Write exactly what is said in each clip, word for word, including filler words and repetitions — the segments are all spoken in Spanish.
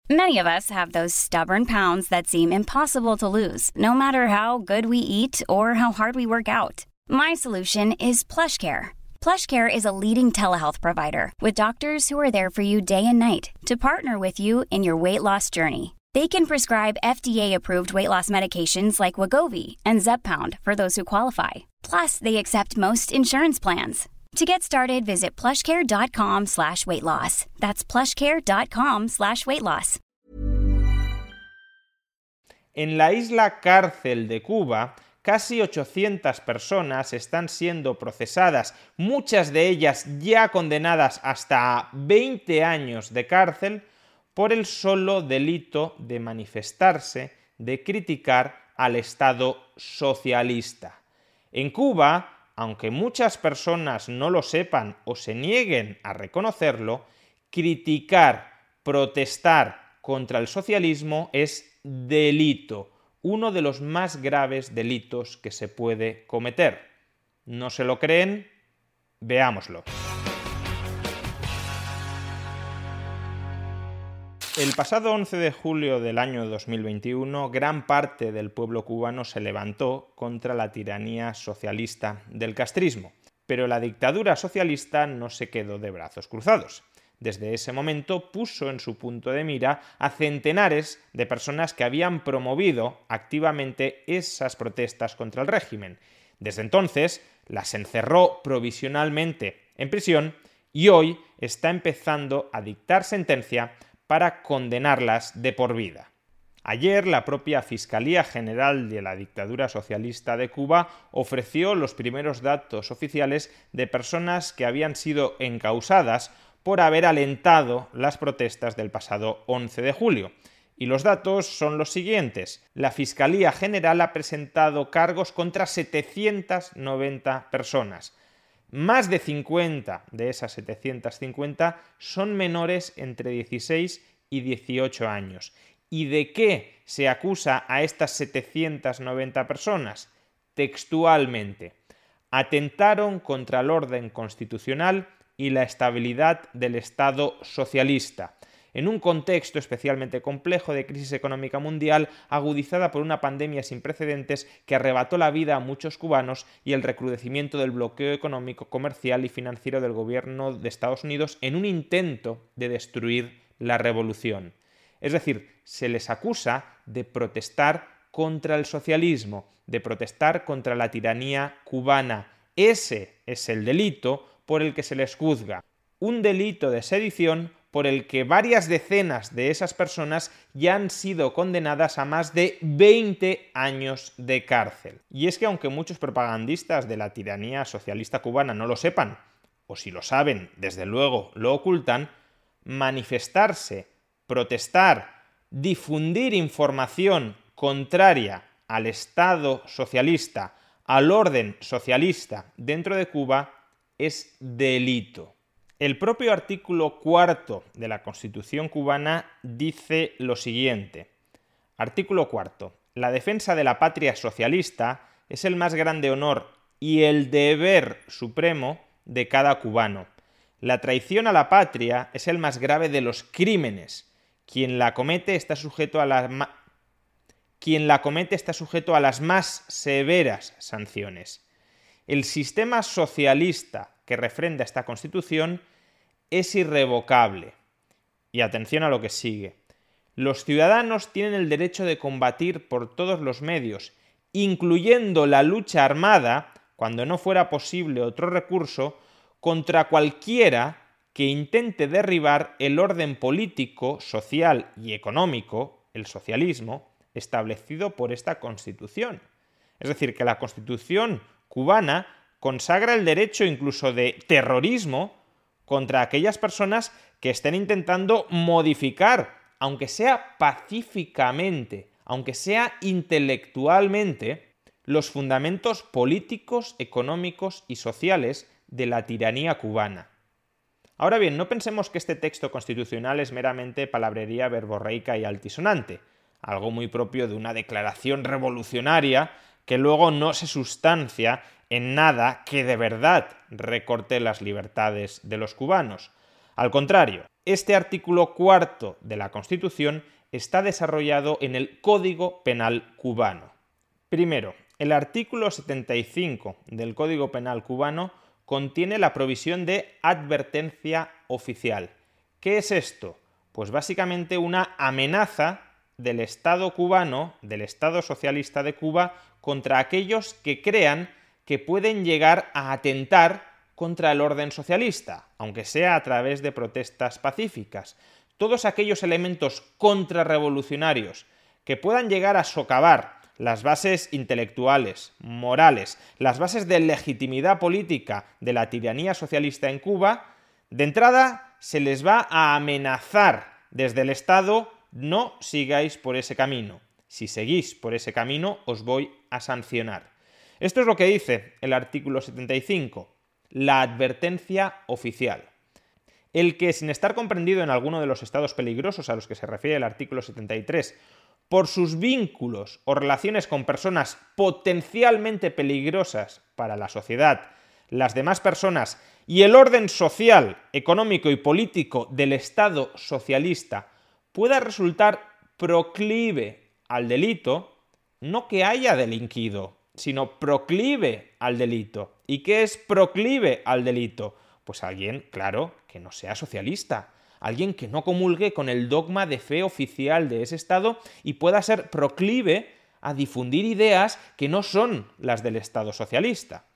Many of us have those stubborn pounds that seem impossible to lose, no matter how good we eat or how hard we work out. My solution is PlushCare. PlushCare is a leading telehealth provider with doctors who are there for you day and night to partner with you in your weight loss journey. They can prescribe F D A-approved weight loss medications like Wegovy and Zepbound for those who qualify. Plus, they accept most insurance plans. To get started, visit plushcare.com slash weight loss. That's plushcare.com slash weight loss. En la isla cárcel de Cuba, casi ochocientas personas están siendo procesadas, muchas de ellas ya condenadas hasta veinte años de cárcel, por el solo delito de manifestarse, de criticar al Estado socialista. En Cuba, aunque muchas personas no lo sepan o se nieguen a reconocerlo, criticar, protestar contra el socialismo es delito, uno de los más graves delitos que se puede cometer. ¿No se lo creen? Veámoslo. El pasado once de julio del año dos mil veintiuno, gran parte del pueblo cubano se levantó contra la tiranía socialista del castrismo. Pero la dictadura socialista no se quedó de brazos cruzados. Desde ese momento puso en su punto de mira a centenares de personas que habían promovido activamente esas protestas contra el régimen. Desde entonces las encerró provisionalmente en prisión y hoy está empezando a dictar sentencia para condenarlas de por vida. Ayer, la propia Fiscalía General de la Dictadura Socialista de Cuba ofreció los primeros datos oficiales de personas que habían sido encausadas por haber alentado las protestas del pasado once de julio. Y los datos son los siguientes. La Fiscalía General ha presentado cargos contra setecientas noventa personas. Más de cincuenta de esas setecientas cincuenta son menores entre dieciséis y dieciocho años. ¿Y de qué se acusa a estas setecientas noventa personas? Textualmente, atentaron contra el orden constitucional y la estabilidad del Estado socialista, en un contexto especialmente complejo de crisis económica mundial agudizada por una pandemia sin precedentes que arrebató la vida a muchos cubanos y el recrudecimiento del bloqueo económico, comercial y financiero del gobierno de Estados Unidos en un intento de destruir la revolución. Es decir, se les acusa de protestar contra el socialismo, de protestar contra la tiranía cubana. Ese es el delito por el que se les juzga. Un delito de sedición por el que varias decenas de esas personas ya han sido condenadas a más de veinte años de cárcel. Y es que aunque muchos propagandistas de la tiranía socialista cubana no lo sepan, o si lo saben, desde luego lo ocultan, manifestarse, protestar, difundir información contraria al Estado socialista, al orden socialista dentro de Cuba, es delito. El propio artículo cuarto de la Constitución cubana dice lo siguiente. Artículo cuarto. La defensa de la patria socialista es el más grande honor y el deber supremo de cada cubano. La traición a la patria es el más grave de los crímenes. Quien la comete está sujeto a las ma- Quien la comete está sujeto a las más severas sanciones. El sistema socialista que refrenda esta Constitución es irrevocable. Y atención a lo que sigue. Los ciudadanos tienen el derecho de combatir por todos los medios, incluyendo la lucha armada, cuando no fuera posible otro recurso, contra cualquiera que intente derribar el orden político, social y económico, el socialismo, establecido por esta Constitución. Es decir, que la Constitución cubana consagra el derecho incluso de terrorismo contra aquellas personas que estén intentando modificar, aunque sea pacíficamente, aunque sea intelectualmente, los fundamentos políticos, económicos y sociales de la tiranía cubana. Ahora bien, no pensemos que este texto constitucional es meramente palabrería verborreica y altisonante, algo muy propio de una declaración revolucionaria que luego no se sustancia en nada que de verdad recorte las libertades de los cubanos. Al contrario, este artículo cuarto de la Constitución está desarrollado en el Código Penal cubano. Primero, el artículo setenta y cinco del Código Penal cubano contiene la provisión de advertencia oficial. ¿Qué es esto? Pues básicamente una amenaza del Estado cubano, del Estado socialista de Cuba, contra aquellos que crean que pueden llegar a atentar contra el orden socialista, aunque sea a través de protestas pacíficas. Todos aquellos elementos contrarrevolucionarios que puedan llegar a socavar las bases intelectuales, morales, las bases de legitimidad política de la tiranía socialista en Cuba, de entrada se les va a amenazar desde el Estado: no sigáis por ese camino. Si seguís por ese camino, os voy a sancionar. Esto es lo que dice el artículo setenta y cinco, la advertencia oficial. El que, sin estar comprendido en alguno de los estados peligrosos a los que se refiere el artículo setenta y tres, por sus vínculos o relaciones con personas potencialmente peligrosas para la sociedad, las demás personas y el orden social, económico y político del Estado socialista pueda resultar proclive al delito, no que haya delinquido, sino proclive al delito. ¿Y qué es proclive al delito? Pues alguien, claro, que no sea socialista, alguien que no comulgue con el dogma de fe oficial de ese Estado y pueda ser proclive a difundir ideas que no son las del Estado socialista.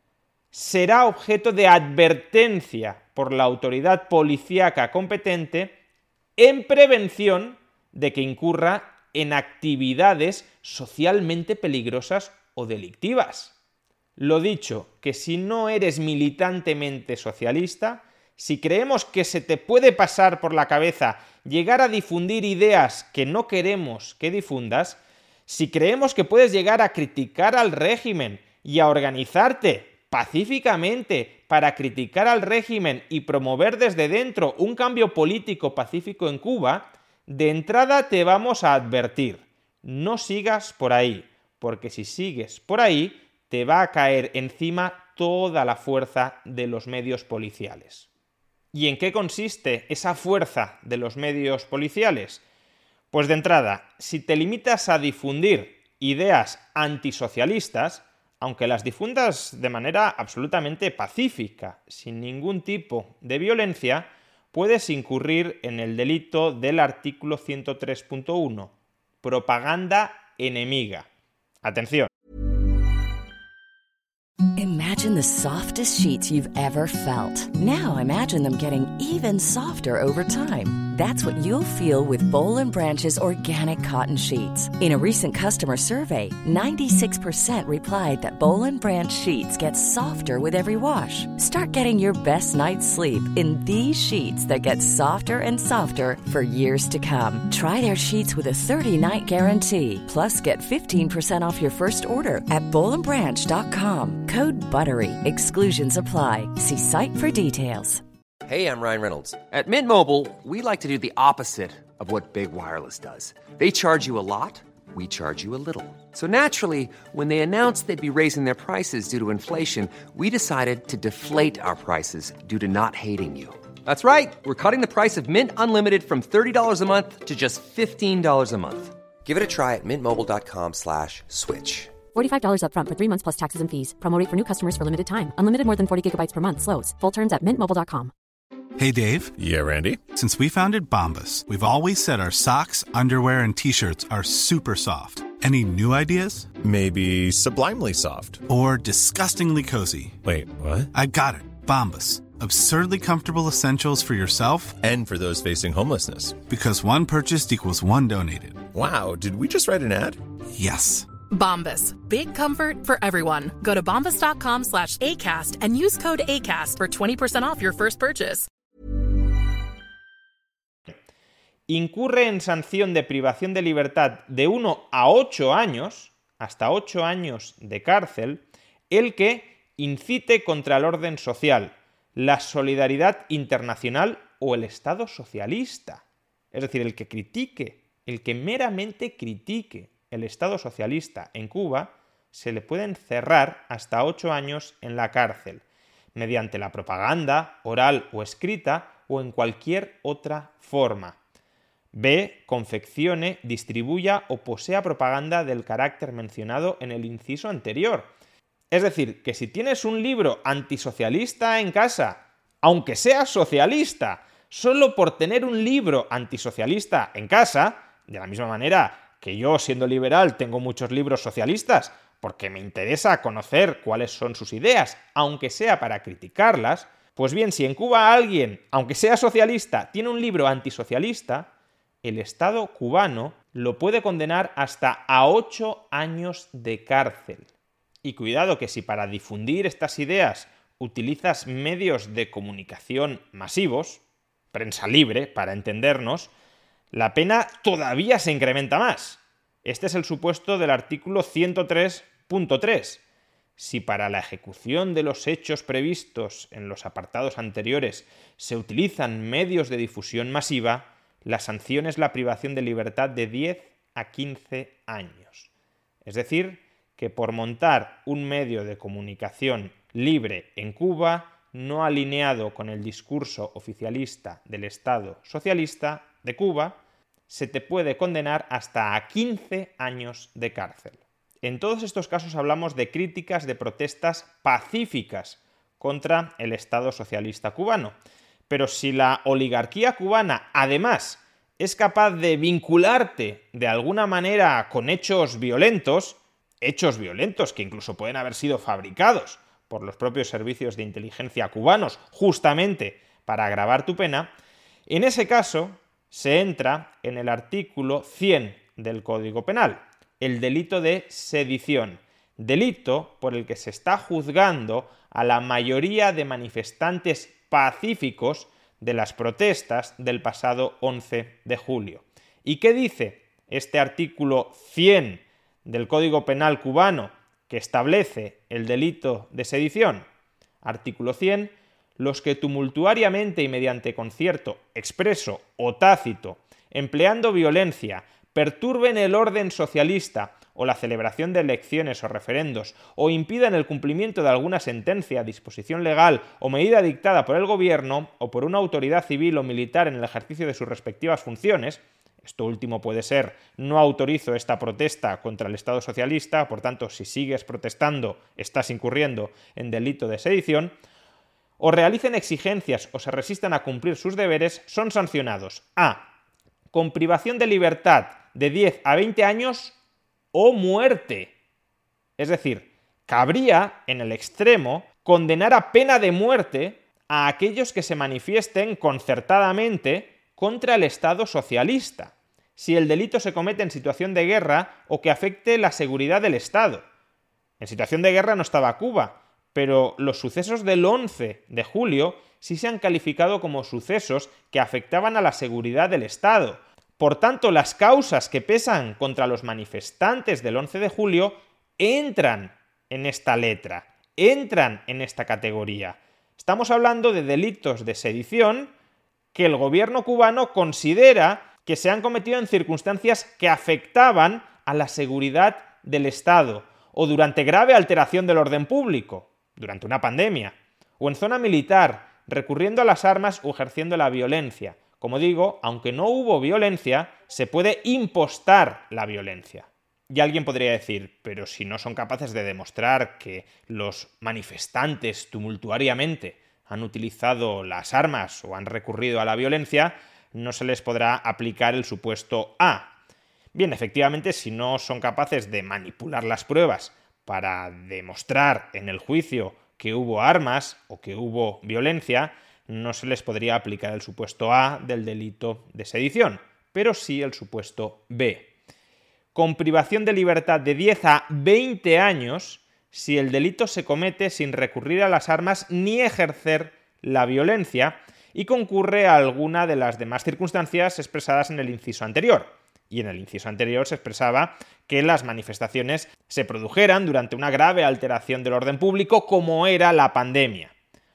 Será objeto de advertencia por la autoridad policíaca competente en prevención de que incurra en actividades socialmente peligrosas o delictivas. Lo dicho, que si no eres militantemente socialista, si creemos que se te puede pasar por la cabeza llegar a difundir ideas que no queremos que difundas, si creemos que puedes llegar a criticar al régimen y a organizarte pacíficamente para criticar al régimen y promover desde dentro un cambio político pacífico en Cuba, de entrada te vamos a advertir: no sigas por ahí, porque si sigues por ahí te va a caer encima toda la fuerza de los medios policiales. ¿Y en qué consiste esa fuerza de los medios policiales? Pues de entrada, si te limitas a difundir ideas antisocialistas, aunque las difundas de manera absolutamente pacífica, sin ningún tipo de violencia, puedes incurrir en el delito del artículo ciento tres punto uno, propaganda enemiga. Atención. Imagine the softest sheets you've ever felt. Now imagine them getting even softer over time. That's what you'll feel with Boll and Branch's organic cotton sheets. In a recent customer survey, ninety-six percent replied that Boll and Branch sheets get softer with every wash. Start getting your best night's sleep in these sheets that get softer and softer for years to come. Try their sheets with a thirty-night guarantee. Plus, get fifteen percent off your first order at boll and branch dot com. Code BUTTERY. Exclusions apply. See site for details. Hey, I'm Ryan Reynolds. At Mint Mobile, we like to do the opposite of what Big Wireless does. They charge you a lot, we charge you a little. So naturally, when they announced they'd be raising their prices due to inflation, we decided to deflate our prices due to not hating you. That's right. We're cutting the price of Mint Unlimited from thirty dollars a month to just fifteen dollars a month. Give it a try at mintmobile.com slash switch. forty-five dollars up front for three months plus taxes and fees. Promo rate for new customers for limited time. Unlimited more than forty gigabytes per month slows. Full terms at mint mobile dot com. Hey, Dave. Yeah, Randy. Since we founded Bombas, we've always said our socks, underwear, and T-shirts are super soft. Any new ideas? Maybe sublimely soft. Or disgustingly cozy. Wait, what? I got it. Bombas. Absurdly comfortable essentials for yourself and for those facing homelessness. Because one purchased equals one donated. Wow, did we just write an ad? Yes. Bombas. Big comfort for everyone. Go to bombas.com slash ACAST and use code ACAST for twenty percent off your first purchase. Incurre en sanción de privación de libertad de uno a ocho años, hasta ocho años de cárcel, el que incite contra el orden social, la solidaridad internacional o el Estado socialista. Es decir, el que critique, el que meramente critique el Estado socialista en Cuba, se le pueden encerrar hasta ocho años en la cárcel, mediante la propaganda, oral o escrita, o en cualquier otra forma. B. Confeccione, distribuya o posea propaganda del carácter mencionado en el inciso anterior. Es decir, que si tienes un libro antisocialista en casa, aunque seas socialista, solo por tener un libro antisocialista en casa, de la misma manera que yo, siendo liberal, tengo muchos libros socialistas, porque me interesa conocer cuáles son sus ideas, aunque sea para criticarlas, pues bien, si en Cuba alguien, aunque sea socialista, tiene un libro antisocialista, el Estado cubano lo puede condenar hasta a ocho años de cárcel. Y cuidado que si para difundir estas ideas utilizas medios de comunicación masivos, prensa libre, para entendernos, la pena todavía se incrementa más. Este es el supuesto del artículo ciento tres punto tres. Si para la ejecución de los hechos previstos en los apartados anteriores se utilizan medios de difusión masiva, la sanción es la privación de libertad de diez a quince años. Es decir, que por montar un medio de comunicación libre en Cuba, no alineado con el discurso oficialista del Estado socialista de Cuba, se te puede condenar hasta a quince años de cárcel. En todos estos casos hablamos de críticas de protestas pacíficas contra el Estado socialista cubano. Pero si la oligarquía cubana, además, es capaz de vincularte de alguna manera con hechos violentos, hechos violentos que incluso pueden haber sido fabricados por los propios servicios de inteligencia cubanos, justamente para agravar tu pena, en ese caso se entra en el artículo cien del Código Penal, el delito de sedición, delito por el que se está juzgando a la mayoría de manifestantes pacíficos de las protestas del pasado once de julio. ¿Y qué dice este artículo cien del Código Penal cubano que establece el delito de sedición? Artículo cien. Los que tumultuariamente y mediante concierto expreso o tácito, empleando violencia, perturben el orden socialista o la celebración de elecciones o referendos, o impidan el cumplimiento de alguna sentencia, disposición legal o medida dictada por el gobierno o por una autoridad civil o militar en el ejercicio de sus respectivas funciones, esto último puede ser: no autorizo esta protesta contra el Estado socialista, por tanto, si sigues protestando, estás incurriendo en delito de sedición, o realicen exigencias o se resistan a cumplir sus deberes, son sancionados a. Con privación de libertad de diez a veinte años o muerte. Es decir, cabría, en el extremo, condenar a pena de muerte a aquellos que se manifiesten concertadamente contra el Estado socialista, si el delito se comete en situación de guerra o que afecte la seguridad del Estado. En situación de guerra no estaba Cuba, pero los sucesos del once de julio sí se han calificado como sucesos que afectaban a la seguridad del Estado. Por tanto, las causas que pesan contra los manifestantes del once de julio entran en esta letra, entran en esta categoría. Estamos hablando de delitos de sedición que el gobierno cubano considera que se han cometido en circunstancias que afectaban a la seguridad del Estado, o durante grave alteración del orden público, durante una pandemia, o en zona militar, recurriendo a las armas o ejerciendo la violencia. Como digo, aunque no hubo violencia, se puede impostar la violencia. Y alguien podría decir, pero si no son capaces de demostrar que los manifestantes tumultuariamente han utilizado las armas o han recurrido a la violencia, no se les podrá aplicar el supuesto A. Bien, efectivamente, si no son capaces de manipular las pruebas para demostrar en el juicio que hubo armas o que hubo violencia, no se les podría aplicar el supuesto A del delito de sedición, pero sí el supuesto B. Con privación de libertad de diez a veinte años si el delito se comete sin recurrir a las armas ni ejercer la violencia y concurre a alguna de las demás circunstancias expresadas en el inciso anterior. Y en el inciso anterior se expresaba que las manifestaciones se produjeran durante una grave alteración del orden público como era la pandemia.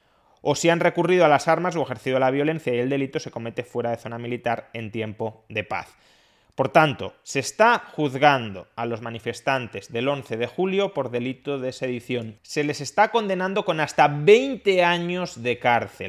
O si han recurrido a las armas o ejercido la violencia y el delito se comete fuera de zona militar en tiempo de paz. Por tanto, se está juzgando a los manifestantes del once de julio por delito de sedición. Se les está condenando con hasta veinte años de cárcel.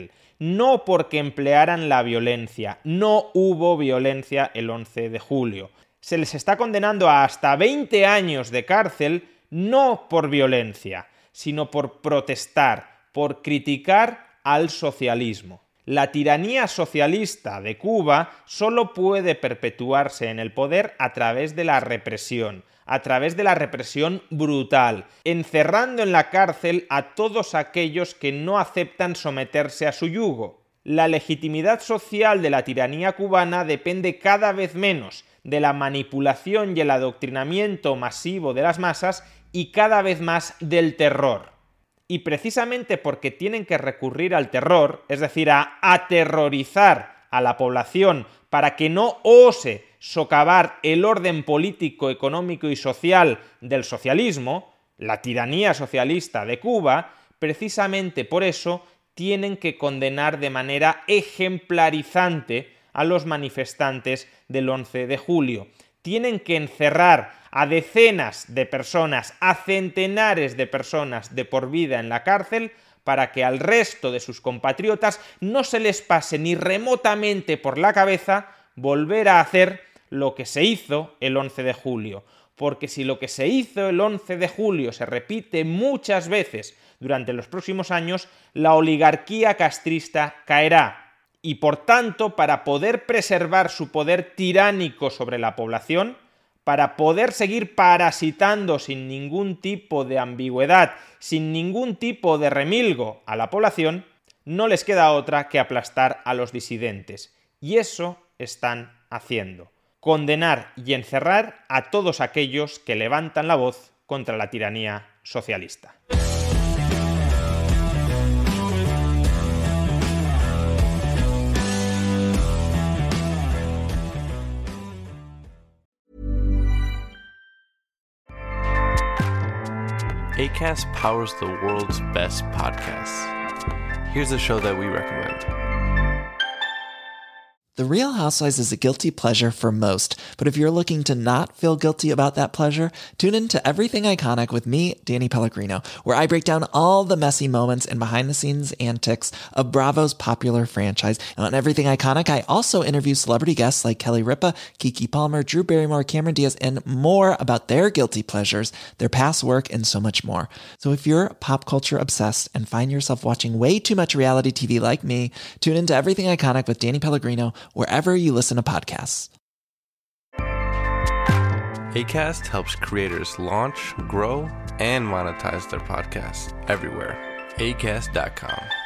no porque emplearan la violencia. No hubo violencia el once de julio. Se les está condenando a hasta veinte años de cárcel, no por violencia, sino por protestar, por criticar al socialismo. La tiranía socialista de Cuba solo puede perpetuarse en el poder a través de la represión, a través de la represión brutal, encerrando en la cárcel a todos aquellos que no aceptan someterse a su yugo. La legitimidad social de la tiranía cubana depende cada vez menos de la manipulación y el adoctrinamiento masivo de las masas y cada vez más del terror. Y precisamente porque tienen que recurrir al terror, es decir, a aterrorizar a la población para que no ose socavar el orden político, económico y social del socialismo, la tiranía socialista de Cuba, precisamente por eso tienen que condenar de manera ejemplarizante a los manifestantes del once de julio. Tienen que encerrar a decenas de personas, a centenares de personas de por vida en la cárcel, para que al resto de sus compatriotas no se les pase ni remotamente por la cabeza volver a hacer lo que se hizo el once de julio. Porque si lo que se hizo el once de julio se repite muchas veces durante los próximos años, la oligarquía castrista caerá. Y por tanto, para poder preservar su poder tiránico sobre la población, para poder seguir parasitando sin ningún tipo de ambigüedad, sin ningún tipo de remilgo a la población, no les queda otra que aplastar a los disidentes. Y eso están haciendo. Condenar y encerrar a todos aquellos que levantan la voz contra la tiranía socialista. Acast powers the world's best podcasts. Here's a show that we recommend. The Real Housewives is a guilty pleasure for most, but if you're looking to not feel guilty about that pleasure, tune in to Everything Iconic with me, Danny Pellegrino, where I break down all the messy moments and behind-the-scenes antics of Bravo's popular franchise. And on Everything Iconic, I also interview celebrity guests like Kelly Ripa, Keke Palmer, Drew Barrymore, Cameron Diaz, and more about their guilty pleasures, their past work, and so much more. So if you're pop culture obsessed and find yourself watching way too much reality T V like me, tune in to Everything Iconic with Danny Pellegrino, wherever you listen to podcasts. Acast helps creators launch, grow, and monetize their podcasts everywhere. Acast dot com.